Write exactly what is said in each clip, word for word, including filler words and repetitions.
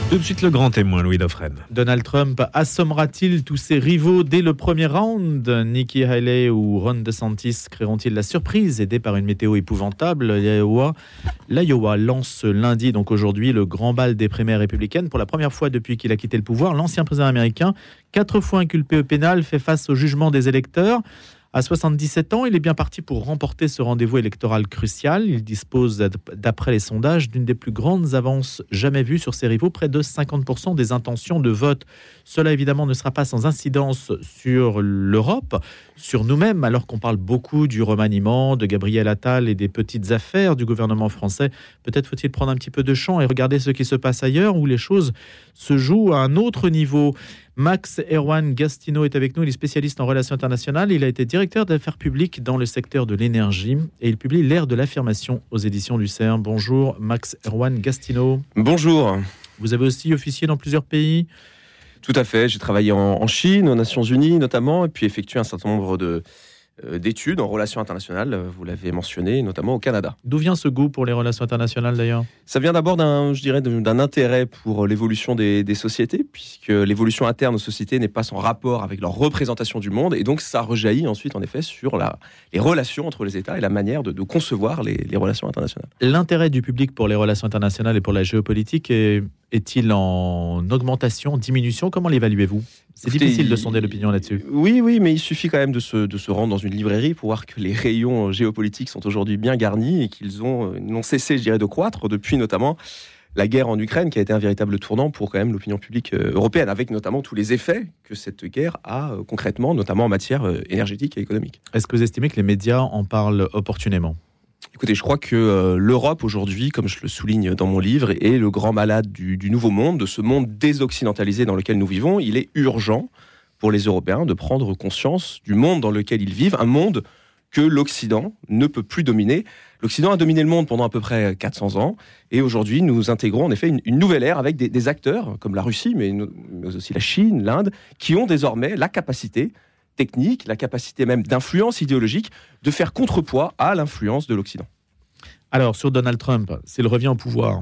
Tout de suite, le grand témoin, Louis Dauphren. Donald Trump assommera-t-il tous ses rivaux dès le premier round ? Nikki Haley ou Ron DeSantis créeront-ils la surprise, aidés par une météo épouvantable ? L'Iowa, L'Iowa lance lundi, donc aujourd'hui, le grand bal des primaires républicaines. Pour la première fois depuis qu'il a quitté le pouvoir, l'ancien président américain, quatre fois inculpé au pénal, fait face au jugement des électeurs. À soixante-dix-sept ans, il est bien parti pour remporter ce rendez-vous électoral crucial. Il dispose, d'après les sondages, d'une des plus grandes avances jamais vues sur ses rivaux, près de cinquante pour cent des intentions de vote. Cela, évidemment, ne sera pas sans incidence sur l'Europe, sur nous-mêmes, alors qu'on parle beaucoup du remaniement, de Gabriel Attal et des petites affaires du gouvernement français. Peut-être faut-il prendre un petit peu de champ et regarder ce qui se passe ailleurs, où les choses se jouent à un autre niveau. Max Erwan Gastineau est avec nous, il est spécialiste en relations internationales. Il a été directeur d'affaires publiques dans le secteur de l'énergie et il publie L'ère de l'affirmation aux éditions du C E R. Bonjour Max Erwan Gastineau. Bonjour. Vous avez aussi officié dans plusieurs pays ? Tout à fait, j'ai travaillé en, en Chine, aux Nations Unies notamment, et puis effectué un certain nombre de, euh, d'études en relations internationales, vous l'avez mentionné, notamment au Canada. D'où vient ce goût pour les relations internationales d'ailleurs ? Ça vient d'abord d'un, je dirais, d'un intérêt pour l'évolution des, des sociétés, puisque l'évolution interne aux sociétés n'est pas sans rapport avec leur représentation du monde, et donc ça rejaillit ensuite en effet sur la, les relations entre les États et la manière de, de concevoir les, les relations internationales. L'intérêt du public pour les relations internationales et pour la géopolitique est... est-il en augmentation, en diminution ? Comment l'évaluez-vous ? C'est Écoutez, difficile de il... sonder l'opinion là-dessus. Oui, oui, mais il suffit quand même de se, de se rendre dans une librairie pour voir que les rayons géopolitiques sont aujourd'hui bien garnis et qu'ils ont, n'ont cessé, je dirais, de croître depuis notamment la guerre en Ukraine, qui a été un véritable tournant pour quand même l'opinion publique européenne, avec notamment tous les effets que cette guerre a euh, concrètement, notamment en matière euh, énergétique et économique. Est-ce que vous estimez que les médias en parlent opportunément ? Écoutez, je crois que euh, l'Europe aujourd'hui, comme je le souligne dans mon livre, est le grand malade du, du nouveau monde, de ce monde désoccidentalisé dans lequel nous vivons. Il est urgent pour les Européens de prendre conscience du monde dans lequel ils vivent, un monde que l'Occident ne peut plus dominer. L'Occident a dominé le monde pendant à peu près quatre cents ans, et aujourd'hui nous intégrons en effet une, une nouvelle ère avec des, des acteurs comme la Russie, mais, mais aussi la Chine, l'Inde, qui ont désormais la capacité technique, la capacité même d'influence idéologique, de faire contrepoids à l'influence de l'Occident. Alors, sur Donald Trump, s'il revient au pouvoir...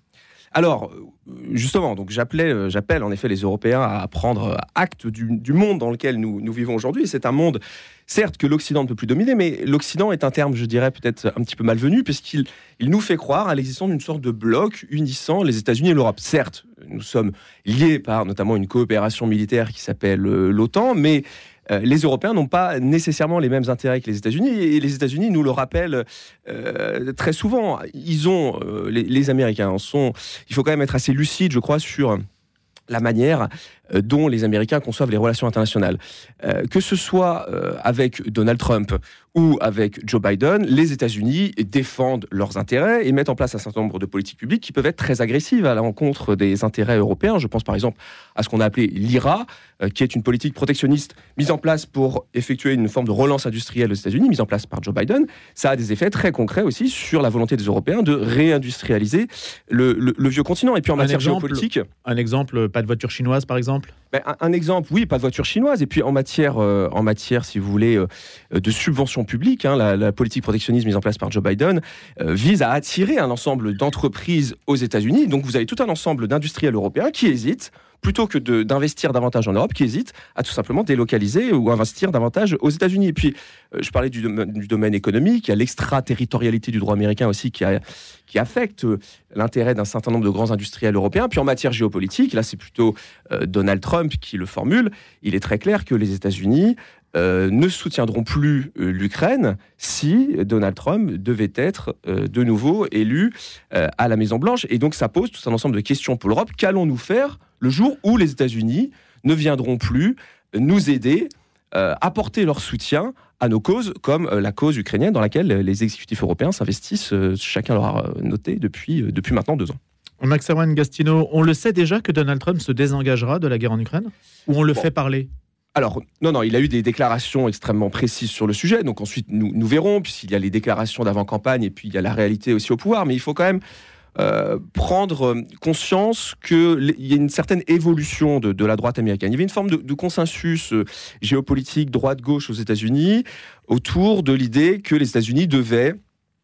Alors, justement, donc j'appelais, j'appelle en effet les Européens à prendre acte du, du monde dans lequel nous, nous vivons aujourd'hui. C'est un monde, certes, que l'Occident ne peut plus dominer, mais l'Occident est un terme, je dirais, peut-être un petit peu malvenu, puisqu'il il nous fait croire à l'existence d'une sorte de bloc unissant les États-Unis et l'Europe. Certes, nous sommes liés par notamment une coopération militaire qui s'appelle l'OTAN, mais Euh, les Européens n'ont pas nécessairement les mêmes intérêts que les États-Unis, et les États-Unis nous le rappellent euh, très souvent. Ils ont, euh, les, les Américains sont, il faut quand même être assez lucide, je crois, sur la manière euh, dont les Américains conçoivent les relations internationales. Euh, que ce soit euh, avec Donald Trump ou avec Joe Biden, les États-Unis défendent leurs intérêts et mettent en place un certain nombre de politiques publiques qui peuvent être très agressives à l'encontre des intérêts européens. Je pense par exemple à ce qu'on a appelé l'I R A, euh, qui est une politique protectionniste mise en place pour effectuer une forme de relance industrielle aux États-Unis, mise en place par Joe Biden. Ça a des effets très concrets aussi sur la volonté des Européens de réindustrialiser le, le, le vieux continent. Et puis en un matière exemple, géopolitique... Un exemple, pas de voiture chinoise par exemple ? Ben, un, un exemple, oui, pas de voiture chinoise. Et puis en matière, euh, en matière si vous voulez, euh, de subventions publiques, hein, la, la politique protectionniste mise en place par Joe Biden euh, vise à attirer un ensemble d'entreprises aux États-Unis. Donc vous avez tout un ensemble d'industriels européens qui hésitent, plutôt que de, d'investir davantage en Europe, qui hésitent à tout simplement délocaliser ou investir davantage aux États-Unis. Et puis, euh, je parlais du, dom- du domaine économique, il y a l'extraterritorialité du droit américain aussi qui, a, qui affecte euh, l'intérêt d'un certain nombre de grands industriels européens. Puis en matière géopolitique, là c'est plutôt euh, Donald Trump qui le formule, il est très clair que les États-Unis Euh, ne soutiendront plus euh, l'Ukraine si Donald Trump devait être euh, de nouveau élu euh, à la Maison-Blanche. Et donc ça pose tout un ensemble de questions pour l'Europe. Qu'allons-nous faire le jour où les États-Unis ne viendront plus nous aider, euh, apporter leur soutien à nos causes, comme euh, la cause ukrainienne dans laquelle les exécutifs européens s'investissent, euh, chacun l'aura noté, depuis, euh, depuis maintenant deux ans. Max Erwan Gastineau, on le sait déjà que Donald Trump se désengagera de la guerre en Ukraine ? Ou on le bon. fait parler ? Alors, non, non, il a eu des déclarations extrêmement précises sur le sujet. Donc ensuite, nous, nous verrons, puisqu'il y a les déclarations d'avant-campagne et puis il y a la réalité aussi au pouvoir. Mais il faut quand même euh, prendre conscience qu'il y a une certaine évolution de, de la droite américaine. Il y avait une forme de, de consensus euh, géopolitique droite-gauche aux États-Unis autour de l'idée que les États-Unis devaient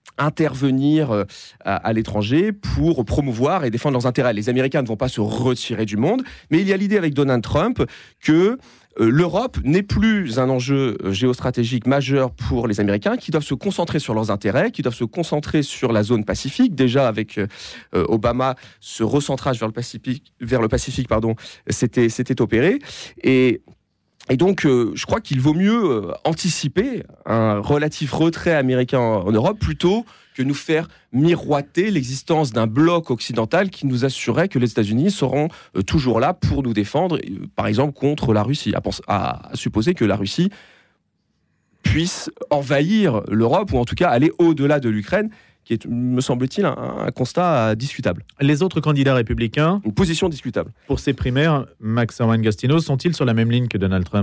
intervenir à, à l'étranger pour promouvoir et défendre leurs intérêts. Les Américains ne vont pas se retirer du monde, mais il y a l'idée avec Donald Trump que euh, l'Europe n'est plus un enjeu géostratégique majeur pour les Américains, qui doivent se concentrer sur leurs intérêts, qui doivent se concentrer sur la zone Pacifique. Déjà avec euh, Obama, ce recentrage vers le Pacifique, vers le Pacifique pardon, s'était, s'était opéré. Et Et donc, euh, je crois qu'il vaut mieux euh, anticiper un relatif retrait américain en, en Europe plutôt que nous faire miroiter l'existence d'un bloc occidental qui nous assurait que les États-Unis seront euh, toujours là pour nous défendre, euh, par exemple contre la Russie, à, pense, à, à supposer que la Russie puisse envahir l'Europe ou en tout cas aller au-delà de l'Ukraine, qui est, me semble-t-il, un, un constat discutable. Les autres candidats républicains, une position discutable. Pour ces primaires, Max Hermann-Gastineau, sont-ils sur la même ligne que Donald Trump ?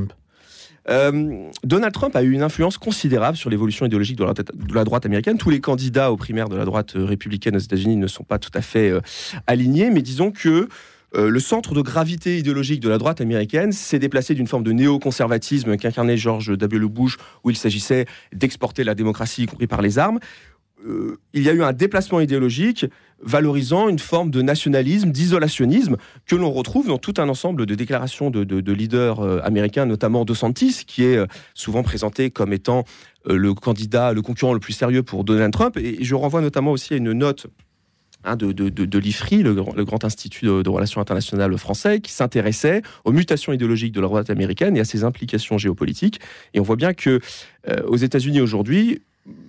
Euh, Donald Trump a eu une influence considérable sur l'évolution idéologique de la, de la droite américaine. Tous les candidats aux primaires de la droite républicaine aux États-Unis ne sont pas tout à fait euh, alignés, mais disons que euh, le centre de gravité idéologique de la droite américaine s'est déplacé d'une forme de néoconservatisme qu'incarnait George W. Bush, où il s'agissait d'exporter la démocratie, y compris par les armes. Euh, il y a eu un déplacement idéologique valorisant une forme de nationalisme, d'isolationnisme que l'on retrouve dans tout un ensemble de déclarations de, de, de leaders euh, américains, notamment DeSantis, qui est euh, souvent présenté comme étant euh, le candidat, le concurrent le plus sérieux pour Donald Trump. Et je renvoie notamment aussi à une note hein, de, de, de, de l'I F R I, le, le Grand Institut de, de Relations Internationales français, qui s'intéressait aux mutations idéologiques de la droite américaine et à ses implications géopolitiques. Et on voit bien que euh, aux États-Unis aujourd'hui,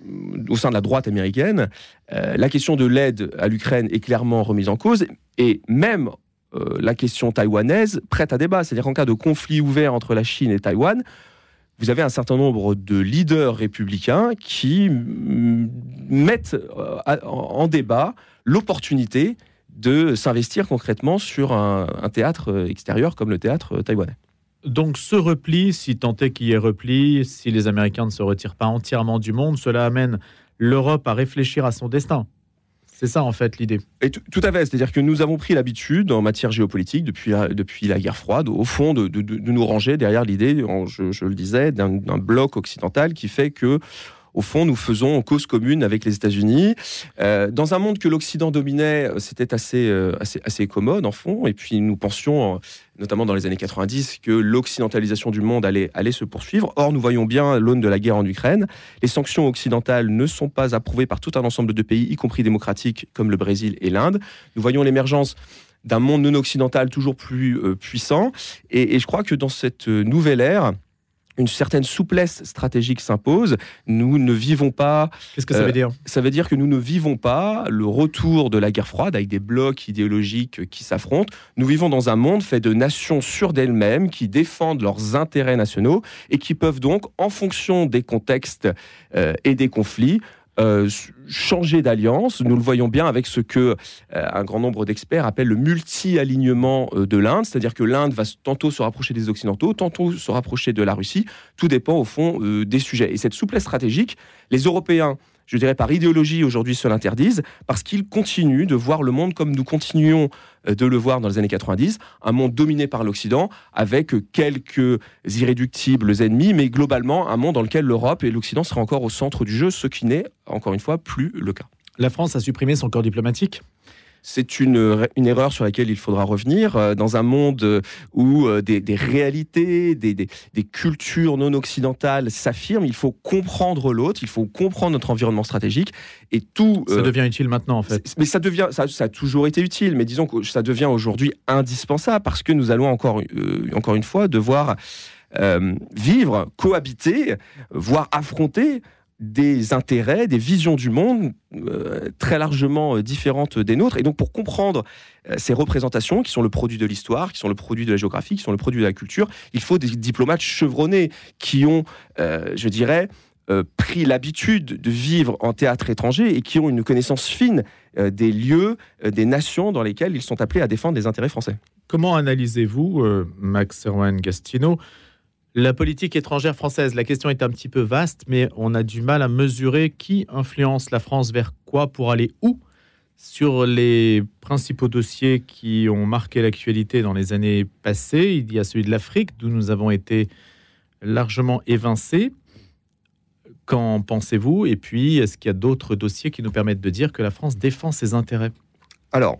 au sein de la droite américaine, euh, la question de l'aide à l'Ukraine est clairement remise en cause, et même euh, la question taïwanaise prête à débat. C'est-à-dire qu'en cas de conflit ouvert entre la Chine et Taïwan, vous avez un certain nombre de leaders républicains qui m- mettent euh, en débat l'opportunité de s'investir concrètement sur un, un théâtre extérieur comme le théâtre taïwanais. Donc ce repli, si tant est qu'il y ait repli, si les Américains ne se retirent pas entièrement du monde, cela amène l'Europe à réfléchir à son destin. C'est ça en fait l'idée. Et tout, tout à fait, c'est-à-dire que nous avons pris l'habitude en matière géopolitique depuis la, depuis la guerre froide, au fond, de, de, de nous ranger derrière l'idée, je, je le disais, d'un, d'un bloc occidental qui fait que au fond, nous faisons cause commune avec les États-Unis. Euh, dans un monde que l'Occident dominait, c'était assez, euh, assez, assez commode, en fond. Et puis, nous pensions, notamment dans les années quatre-vingt-dix, que l'occidentalisation du monde allait, allait se poursuivre. Or, nous voyons bien l'aune de la guerre en Ukraine. Les sanctions occidentales ne sont pas approuvées par tout un ensemble de pays, y compris démocratiques, comme le Brésil et l'Inde. Nous voyons l'émergence d'un monde non occidental toujours plus euh, puissant. Et, et je crois que dans cette nouvelle ère, une certaine souplesse stratégique s'impose. Nous ne vivons pas... Qu'est-ce que ça veut dire ? euh, Ça veut dire que nous ne vivons pas le retour de la guerre froide avec des blocs idéologiques qui s'affrontent. Nous vivons dans un monde fait de nations sûres d'elles-mêmes qui défendent leurs intérêts nationaux et qui peuvent donc, en fonction des contextes euh, et des conflits, Euh, changer d'alliance. Nous le voyons bien avec ce que euh, un grand nombre d'experts appellent le multi-alignement euh, de l'Inde, c'est-à-dire que l'Inde va tantôt se rapprocher des Occidentaux, tantôt se rapprocher de la Russie. Tout dépend au fond euh, des sujets. Et cette souplesse stratégique, les Européens, je dirais par idéologie aujourd'hui, se l'interdisent parce qu'ils continuent de voir le monde comme nous continuions de le voir dans les années quatre-vingt-dix, un monde dominé par l'Occident avec quelques irréductibles ennemis, mais globalement un monde dans lequel l'Europe et l'Occident seraient encore au centre du jeu, ce qui n'est, encore une fois, plus le cas. La France a supprimé son corps diplomatique ? C'est une, une erreur sur laquelle il faudra revenir. Euh, dans un monde où euh, des, des réalités, des, des, des cultures non occidentales s'affirment, il faut comprendre l'autre, il faut comprendre notre environnement stratégique. Et tout, ça euh, devient utile maintenant, en fait. Mais ça, devient, ça, ça a toujours été utile, mais disons que ça devient aujourd'hui indispensable parce que nous allons encore, euh, encore une fois devoir euh, vivre, cohabiter, voire affronter des intérêts, des visions du monde euh, très largement euh, différentes des nôtres. Et donc, pour comprendre euh, ces représentations qui sont le produit de l'histoire, qui sont le produit de la géographie, qui sont le produit de la culture, il faut des diplomates chevronnés qui ont, euh, je dirais, euh, pris l'habitude de vivre en théâtre étranger et qui ont une connaissance fine euh, des lieux, euh, des nations dans lesquelles ils sont appelés à défendre les intérêts français. Comment analysez-vous, euh, Max Hermann-Gastineau, la politique étrangère française? La question est un petit peu vaste, mais on a du mal à mesurer qui influence la France vers quoi pour aller où sur les principaux dossiers qui ont marqué l'actualité dans les années passées. Il y a celui de l'Afrique, d'où nous avons été largement évincés. Qu'en pensez-vous ? Et puis, est-ce qu'il y a d'autres dossiers qui nous permettent de dire que la France défend ses intérêts ? Alors,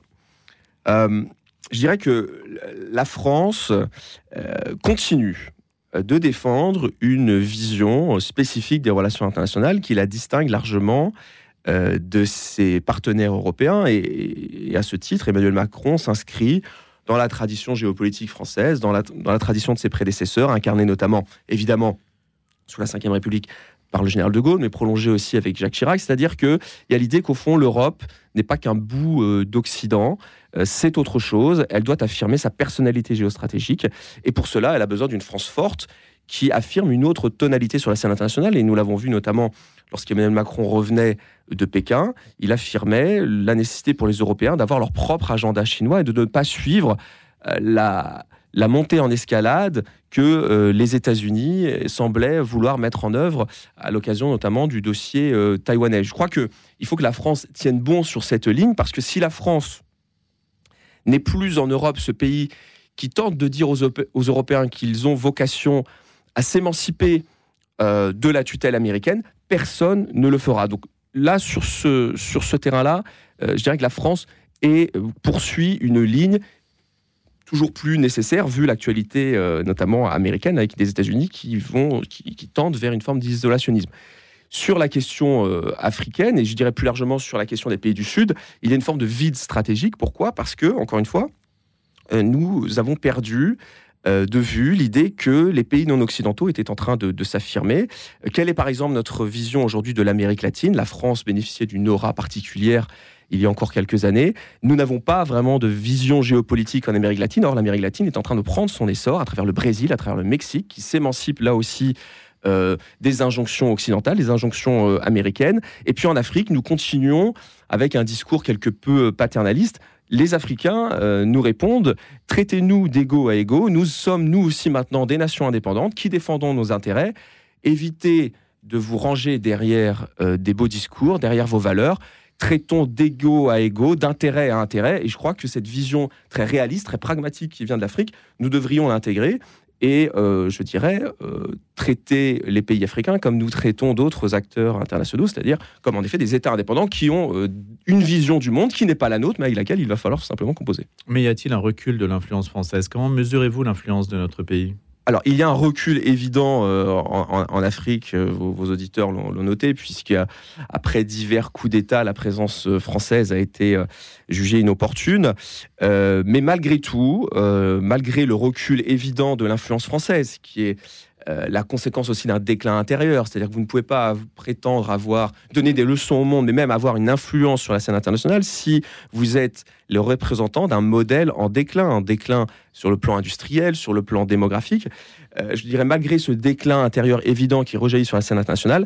euh, je dirais que la France euh, continue de défendre une vision spécifique des relations internationales qui la distingue largement euh, de ses partenaires européens. Et, et à ce titre, Emmanuel Macron s'inscrit dans la tradition géopolitique française, dans la, dans la tradition de ses prédécesseurs, incarnée notamment, évidemment, sous la cinquième République, par le général de Gaulle, mais prolongée aussi avec Jacques Chirac. C'est-à-dire qu'il y a l'idée qu'au fond, l'Europe n'est pas qu'un bout euh, d'Occident, euh, c'est autre chose. Elle doit affirmer sa personnalité géostratégique. Et pour cela, elle a besoin d'une France forte qui affirme une autre tonalité sur la scène internationale. Et nous l'avons vu notamment lorsqu'Emmanuel Macron revenait de Pékin. Il affirmait la nécessité pour les Européens d'avoir leur propre agenda chinois et de ne pas suivre euh, la... la montée en escalade que euh, les États-Unis semblaient vouloir mettre en œuvre à l'occasion notamment du dossier euh, taïwanais. Je crois qu'il faut que la France tienne bon sur cette ligne, parce que si la France n'est plus en Europe ce pays qui tente de dire aux, aux Européens qu'ils ont vocation à s'émanciper euh, de la tutelle américaine, personne ne le fera. Donc là, sur ce, sur ce terrain-là, euh, je dirais que la France est, poursuit une ligne toujours plus nécessaire, vu l'actualité euh, notamment américaine, avec des États-Unis qui, vont, qui, qui tendent vers une forme d'isolationnisme. Sur la question euh, africaine, et je dirais plus largement sur la question des pays du Sud, il y a une forme de vide stratégique. Pourquoi ? Parce que, encore une fois, euh, nous avons perdu euh, de vue l'idée que les pays non occidentaux étaient en train de, de s'affirmer. Euh, quelle est par exemple notre vision aujourd'hui de l'Amérique latine ? La France bénéficiait d'une aura particulière il y a encore quelques années. Nous n'avons pas vraiment de vision géopolitique en Amérique latine. Or, l'Amérique latine est en train de prendre son essor à travers le Brésil, à travers le Mexique, qui s'émancipe là aussi euh, des injonctions occidentales, des injonctions euh, américaines. Et puis en Afrique, nous continuons avec un discours quelque peu paternaliste. Les Africains euh, nous répondent « Traitez-nous d'égaux à égaux. Nous sommes, nous aussi, maintenant des nations indépendantes qui défendons nos intérêts. Évitez de vous ranger derrière euh, des beaux discours, derrière vos valeurs. Traitons d'égaux à égaux, d'intérêt à intérêt. » Et je crois que cette vision très réaliste, très pragmatique qui vient de l'Afrique, nous devrions l'intégrer et, euh, je dirais, euh, traiter les pays africains comme nous traitons d'autres acteurs internationaux, c'est-à-dire comme en effet des États indépendants qui ont euh, une vision du monde qui n'est pas la nôtre, mais avec laquelle il va falloir simplement composer. Mais y a-t-il un recul de l'influence française ? Comment mesurez-vous l'influence de notre pays ? Alors, il y a un recul évident euh, en, en Afrique, euh, vos, vos auditeurs l'ont, l'ont noté, puisqu'après divers coups d'État, la présence française a été euh, jugée inopportune. Euh, mais malgré tout, euh, malgré le recul évident de l'influence française, qui est euh, la conséquence aussi d'un déclin intérieur, c'est-à-dire que vous ne pouvez pas prétendre avoir donné des leçons au monde, mais même avoir une influence sur la scène internationale, si vous êtes le représentant d'un modèle en déclin, un déclin sur le plan industriel, sur le plan démographique. Euh, je dirais, malgré ce déclin intérieur évident qui rejaillit sur la scène internationale,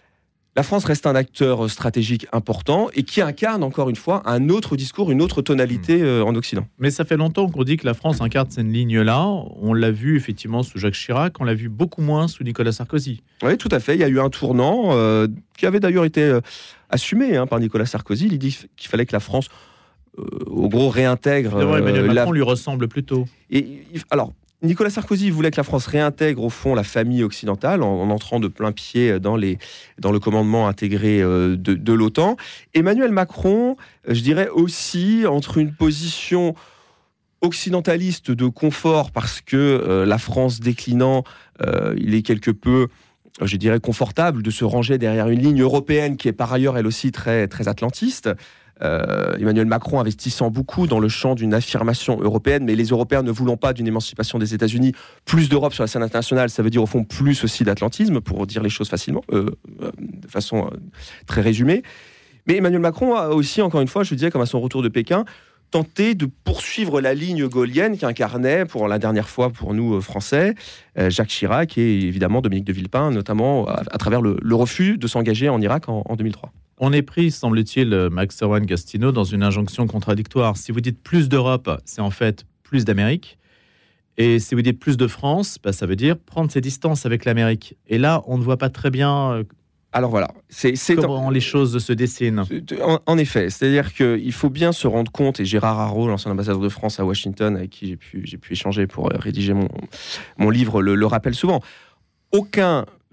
la France reste un acteur stratégique important et qui incarne, encore une fois, un autre discours, une autre tonalité euh, en Occident. Mais ça fait longtemps qu'on dit que la France incarne cette ligne-là. On l'a vu effectivement sous Jacques Chirac, on l'a vu beaucoup moins sous Nicolas Sarkozy. Oui, tout à fait. Il y a eu un tournant euh, qui avait d'ailleurs été euh, assumé hein, par Nicolas Sarkozy. Il dit qu'il fallait que la France, euh, au gros, réintègre... Euh, Emmanuel Macron la... lui ressemble plutôt. Et, alors... Nicolas Sarkozy voulait que la France réintègre au fond la famille occidentale en, en entrant de plein pied dans, les, dans le commandement intégré euh, de, de l'OTAN. Emmanuel Macron, je dirais aussi, entre une position occidentaliste de confort parce que euh, la France déclinant, euh, il est quelque peu, je dirais, confortable de se ranger derrière une ligne européenne qui est par ailleurs elle aussi très, très atlantiste. Euh, Emmanuel Macron investissant beaucoup dans le champ d'une affirmation européenne, mais les Européens ne voulant pas d'une émancipation des États-Unis, plus d'Europe sur la scène internationale, ça veut dire au fond plus aussi d'atlantisme, pour dire les choses facilement, euh, euh, de façon euh, très résumée. Mais Emmanuel Macron a aussi, encore une fois, je disais, comme à son retour de Pékin, tenté de poursuivre la ligne gaullienne qu'incarnait pour la dernière fois pour nous euh, Français, euh, Jacques Chirac et évidemment Dominique de Villepin, notamment à, à travers le, le refus de s'engager en Irak en, en deux mille trois. On est pris, semble-t-il, Max Erwan Gastineau, dans une injonction contradictoire. Si vous dites plus d'Europe, c'est en fait plus d'Amérique. Et si vous dites plus de France, bah, ça veut dire prendre ses distances avec l'Amérique. Et là, on ne voit pas très bien Alors voilà, c'est, c'est comment un... les choses se dessinent. En, en effet, c'est-à-dire qu'il faut bien se rendre compte, et Gérard Haraud, l'ancien ambassadeur de France à Washington, avec qui j'ai pu, j'ai pu échanger pour rédiger mon, mon livre, le, le rappelle souvent, aucun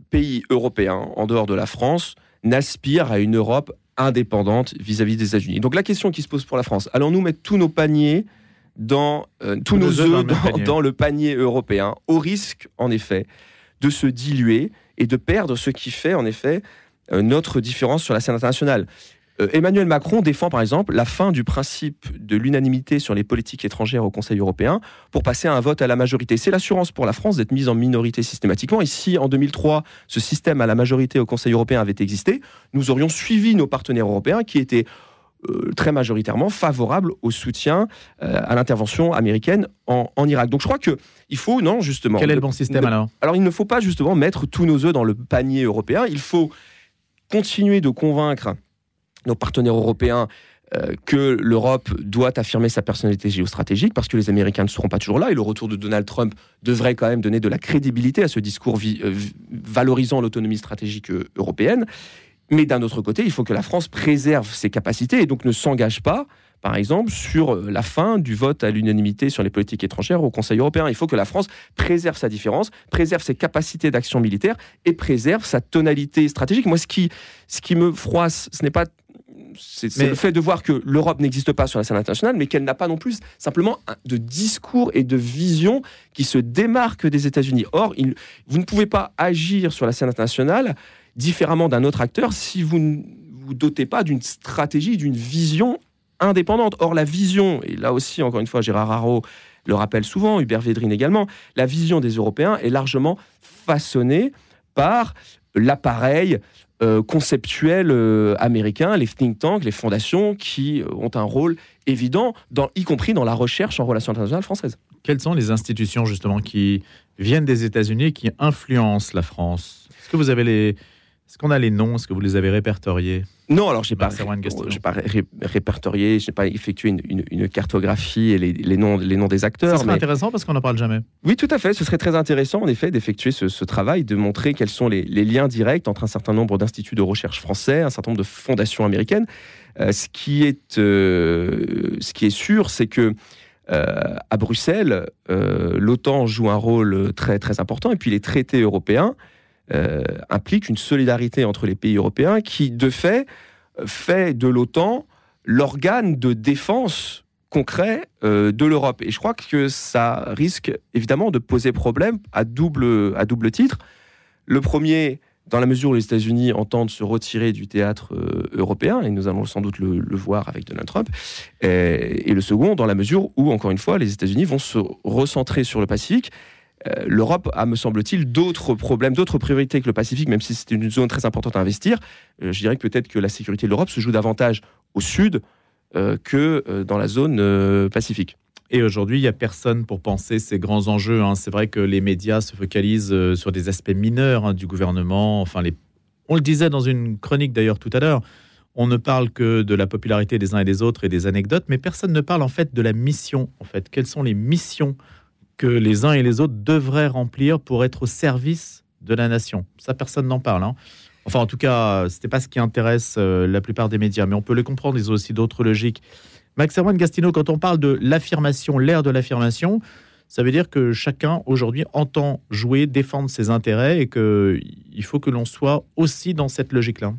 pays européen, en dehors de la France, n'aspire à une Europe indépendante vis-à-vis des États-Unis. Donc la question qui se pose pour la France, allons-nous mettre tous nos paniers dans euh, tous nos œufs dans, dans, dans le panier européen, au risque, en effet, de se diluer et de perdre ce qui fait, en effet, euh, notre différence sur la scène internationale. Euh, Emmanuel Macron défend, par exemple, la fin du principe de l'unanimité sur les politiques étrangères au Conseil européen pour passer à un vote à la majorité. C'est l'assurance pour la France d'être mise en minorité systématiquement. Et si, en deux mille trois, ce système à la majorité au Conseil européen avait existé, nous aurions suivi nos partenaires européens qui étaient Euh, très majoritairement favorable au soutien euh, à l'intervention américaine en, en Irak. Donc je crois qu'il faut, non, justement... Quel est le bon système ne, alors Alors il ne faut pas justement mettre tous nos œufs dans le panier européen, il faut continuer de convaincre nos partenaires européens euh, que l'Europe doit affirmer sa personnalité géostratégique parce que les Américains ne seront pas toujours là et le retour de Donald Trump devrait quand même donner de la crédibilité à ce discours vi- euh, valorisant l'autonomie stratégique euh, européenne. Mais d'un autre côté, il faut que la France préserve ses capacités et donc ne s'engage pas, par exemple, sur la fin du vote à l'unanimité sur les politiques étrangères au Conseil européen. Il faut que la France préserve sa différence, préserve ses capacités d'action militaire et préserve sa tonalité stratégique. Moi, ce qui, ce qui me froisse, ce n'est pas... C'est, c'est mais... le fait de voir que l'Europe n'existe pas sur la scène internationale, mais qu'elle n'a pas non plus simplement de discours et de vision qui se démarquent des États-Unis. Or, il, vous ne pouvez pas agir sur la scène internationale différemment d'un autre acteur si vous ne vous dotez pas d'une stratégie, d'une vision indépendante. Or, la vision, et là aussi, encore une fois, Gérard Haro le rappelle souvent, Hubert Védrine également, la vision des Européens est largement façonnée par l'appareil euh, conceptuel euh, américain, les think tanks, les fondations qui euh, ont un rôle évident, dans, y compris dans la recherche en relations internationales françaises. Quelles sont les institutions, justement, qui viennent des États-Unis et qui influencent la France ? Est-ce que vous avez les... Est-ce qu'on a les noms ? Est-ce que vous les avez répertoriés ? Non, alors je n'ai pas, ré- pas ré- répertorié, je n'ai pas effectué une, une, une cartographie et les, les, noms, les noms des acteurs. Ce serait mais... intéressant parce qu'on n'en parle jamais. Oui, tout à fait. Ce serait très intéressant, en effet, d'effectuer ce, ce travail, de montrer quels sont les, les liens directs entre un certain nombre d'instituts de recherche français, un certain nombre de fondations américaines. Euh, ce, qui est, euh, ce qui est sûr, c'est que euh, à Bruxelles, euh, l'OTAN joue un rôle très, très important, et puis les traités européens Euh, implique une solidarité entre les pays européens qui, de fait, fait de l'OTAN l'organe de défense concret euh, de l'Europe. Et je crois que ça risque évidemment de poser problème à double, à double titre. Le premier, dans la mesure où les États-Unis entendent se retirer du théâtre euh, européen, et nous allons sans doute le, le voir avec Donald Trump, et, et le second, dans la mesure où, encore une fois, les États-Unis vont se recentrer sur le Pacifique. Euh, L'Europe a, me semble-t-il, d'autres problèmes, d'autres priorités que le Pacifique, même si c'est une zone très importante à investir. Euh, je dirais que peut-être que la sécurité de l'Europe se joue davantage au sud euh, que euh, dans la zone euh, Pacifique. Et aujourd'hui, il n'y a personne pour penser ces grands enjeux. Hein. C'est vrai que les médias se focalisent euh, sur des aspects mineurs hein, du gouvernement. Enfin, les... On le disait dans une chronique d'ailleurs tout à l'heure, on ne parle que de la popularité des uns et des autres et des anecdotes, mais personne ne parle en fait de la mission. En fait, quelles sont les missions que les uns et les autres devraient remplir pour être au service de la nation. Ça, personne n'en parle. Hein. Enfin, en tout cas, ce n'est pas ce qui intéresse euh, la plupart des médias, mais on peut le comprendre, ils ont aussi d'autres logiques. Max-Hermann Gastineau, quand on parle de l'affirmation, l'ère de l'affirmation, ça veut dire que chacun, aujourd'hui, entend jouer, défendre ses intérêts et qu'il faut que l'on soit aussi dans cette logique-là.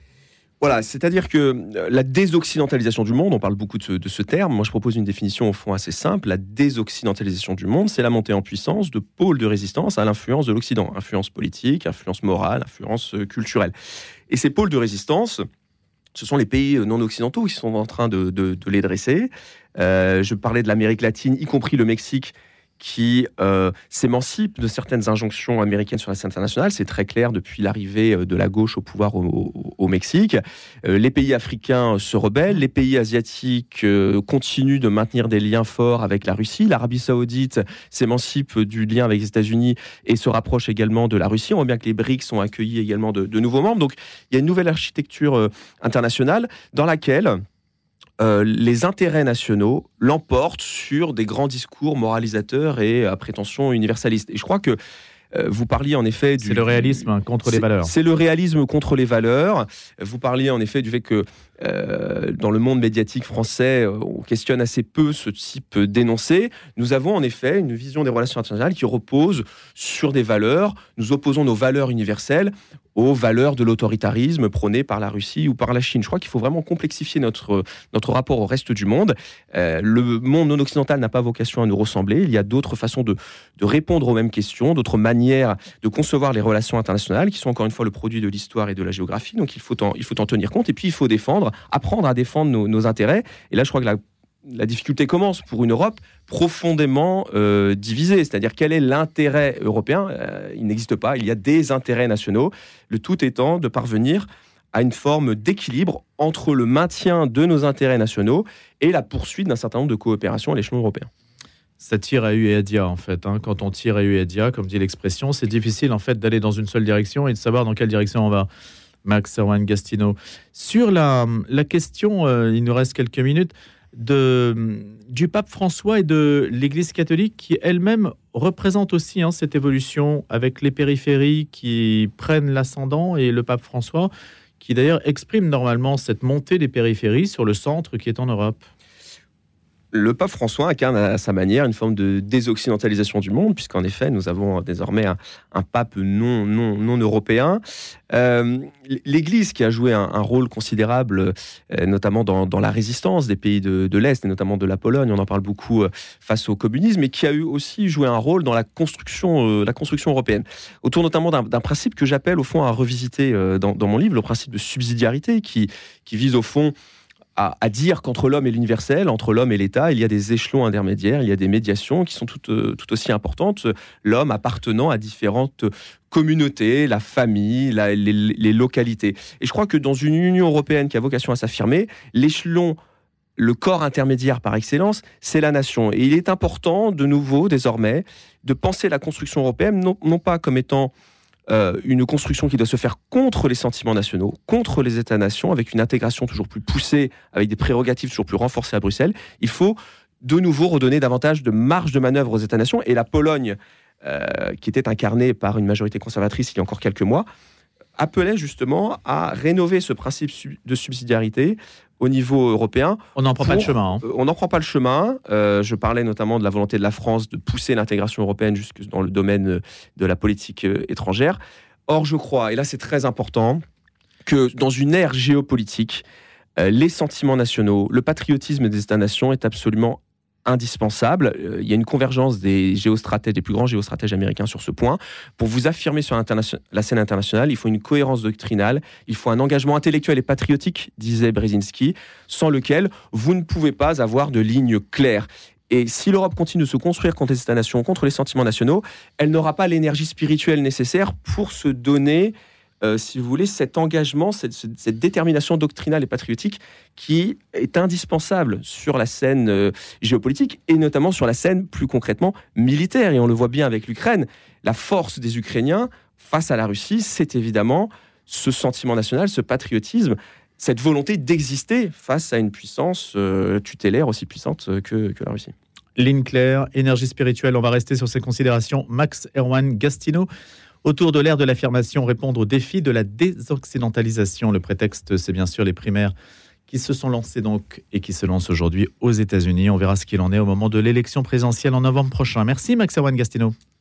Voilà, c'est-à-dire que la désoccidentalisation du monde, on parle beaucoup de ce, de ce terme, moi je propose une définition au fond assez simple, la désoccidentalisation du monde, c'est la montée en puissance de pôles de résistance à l'influence de l'Occident, influence politique, influence morale, influence culturelle. Et ces pôles de résistance, ce sont les pays non occidentaux qui sont en train de, de, de les dresser. Euh, je parlais de l'Amérique latine, y compris le Mexique, qui euh, s'émancipe de certaines injonctions américaines sur la scène internationale. C'est très clair depuis l'arrivée de la gauche au pouvoir au, au, au Mexique. Euh, les pays africains se rebellent, les pays asiatiques euh, continuent de maintenir des liens forts avec la Russie. L'Arabie Saoudite s'émancipe du lien avec les États-Unis et se rapproche également de la Russie. On voit bien que les BRICS ont accueilli également de, de nouveaux membres. Donc, il y a une nouvelle architecture euh, internationale dans laquelle Euh, les intérêts nationaux l'emportent sur des grands discours moralisateurs et à prétention universaliste. Et je crois que Euh, vous parliez en effet du... C'est le réalisme contre les valeurs. C'est le réalisme contre les valeurs. Vous parliez en effet du fait que euh, dans le monde médiatique français, on questionne assez peu ce type d'énoncé. Nous avons en effet une vision des relations internationales qui repose sur des valeurs. Nous opposons nos valeurs universelles aux valeurs de l'autoritarisme prôné par la Russie ou par la Chine. Je crois qu'il faut vraiment complexifier notre, notre rapport au reste du monde. Euh, le monde non occidental n'a pas vocation à nous ressembler. Il y a d'autres façons de, de répondre aux mêmes questions, d'autres manières de concevoir les relations internationales qui sont encore une fois le produit de l'histoire et de la géographie. Donc il faut en, il faut en tenir compte et puis il faut défendre, apprendre à défendre nos, nos intérêts. Et là, je crois que la La difficulté commence pour une Europe profondément euh, divisée. C'est-à-dire, quel est l'intérêt européen ? euh, Il n'existe pas, il y a des intérêts nationaux. Le tout étant de parvenir à une forme d'équilibre entre le maintien de nos intérêts nationaux et la poursuite d'un certain nombre de coopérations à l'échelon européen. Ça tire à U et à dia, en fait. Hein. Quand on tire à U et à dia, comme dit l'expression, c'est difficile, en fait, d'aller dans une seule direction et de savoir dans quelle direction on va. Max Erwan Gastineau. Sur la, la question, euh, il nous reste quelques minutes, De, du pape François et de l'Église catholique qui elle-même représente aussi hein, cette évolution avec les périphéries qui prennent l'ascendant et le pape François qui d'ailleurs exprime normalement cette montée des périphéries sur le centre qui est en Europe. Le pape François incarne à sa manière une forme de désoccidentalisation du monde, puisqu'en effet, nous avons désormais un, un pape non, non, non européen. Euh, L'Église qui a joué un, un rôle considérable, euh, notamment dans, dans la résistance des pays de, de l'Est, et notamment de la Pologne, on en parle beaucoup euh, face au communisme, et qui a eu aussi joué un rôle dans la construction, euh, la construction européenne, autour notamment d'un, d'un principe que j'appelle au fond à revisiter euh, dans, dans mon livre, le principe de subsidiarité, qui, qui vise au fond À, à dire qu'entre l'homme et l'universel, entre l'homme et l'État, il y a des échelons intermédiaires, il y a des médiations qui sont toutes, euh, tout aussi importantes. L'homme appartenant à différentes communautés, la famille, la, les, les localités. Et je crois que dans une Union européenne qui a vocation à s'affirmer, l'échelon, le corps intermédiaire par excellence, c'est la nation. Et il est important, de nouveau, désormais, de penser la construction européenne, non, non pas comme étant Euh, une construction qui doit se faire contre les sentiments nationaux, contre les États-nations, avec une intégration toujours plus poussée, avec des prérogatives toujours plus renforcées à Bruxelles. Il faut de nouveau redonner davantage de marge de manœuvre aux États-nations. Et la Pologne, euh, qui était incarnée par une majorité conservatrice il y a encore quelques mois, appelait justement à rénover ce principe de subsidiarité au niveau européen. On n'en prend pour, pas le chemin. Hein. Euh, on n'en prend pas le chemin. Euh, je parlais notamment de la volonté de la France de pousser l'intégration européenne jusque dans le domaine de la politique euh, étrangère. Or, je crois, et là c'est très important, que dans une ère géopolitique, euh, les sentiments nationaux, le patriotisme des États-nations est absolument indispensable. Euh, il y a une convergence des géostratèges, des plus grands géostratèges américains sur ce point. Pour vous affirmer sur la scène internationale, il faut une cohérence doctrinale, il faut un engagement intellectuel et patriotique, disait Brzezinski, sans lequel vous ne pouvez pas avoir de ligne claire. Et si l'Europe continue de se construire contre les États-nations, contre les sentiments nationaux, elle n'aura pas l'énergie spirituelle nécessaire pour se donner Euh, si vous voulez, cet engagement, cette, cette détermination doctrinale et patriotique qui est indispensable sur la scène euh, géopolitique et notamment sur la scène plus concrètement militaire. Et on le voit bien avec l'Ukraine. La force des Ukrainiens face à la Russie, c'est évidemment ce sentiment national, ce patriotisme, cette volonté d'exister face à une puissance euh, tutélaire aussi puissante que, que la Russie. Ligne claire, énergie spirituelle, on va rester sur ces considérations. Max Erwan Gastineau. Autour de l'ère de l'affirmation, répondre aux défis de la désoccidentalisation. Le prétexte, c'est bien sûr les primaires qui se sont lancées donc et qui se lancent aujourd'hui aux États-Unis. On verra ce qu'il en est au moment de l'élection présidentielle en novembre prochain. Merci Max Erwan Gastineau.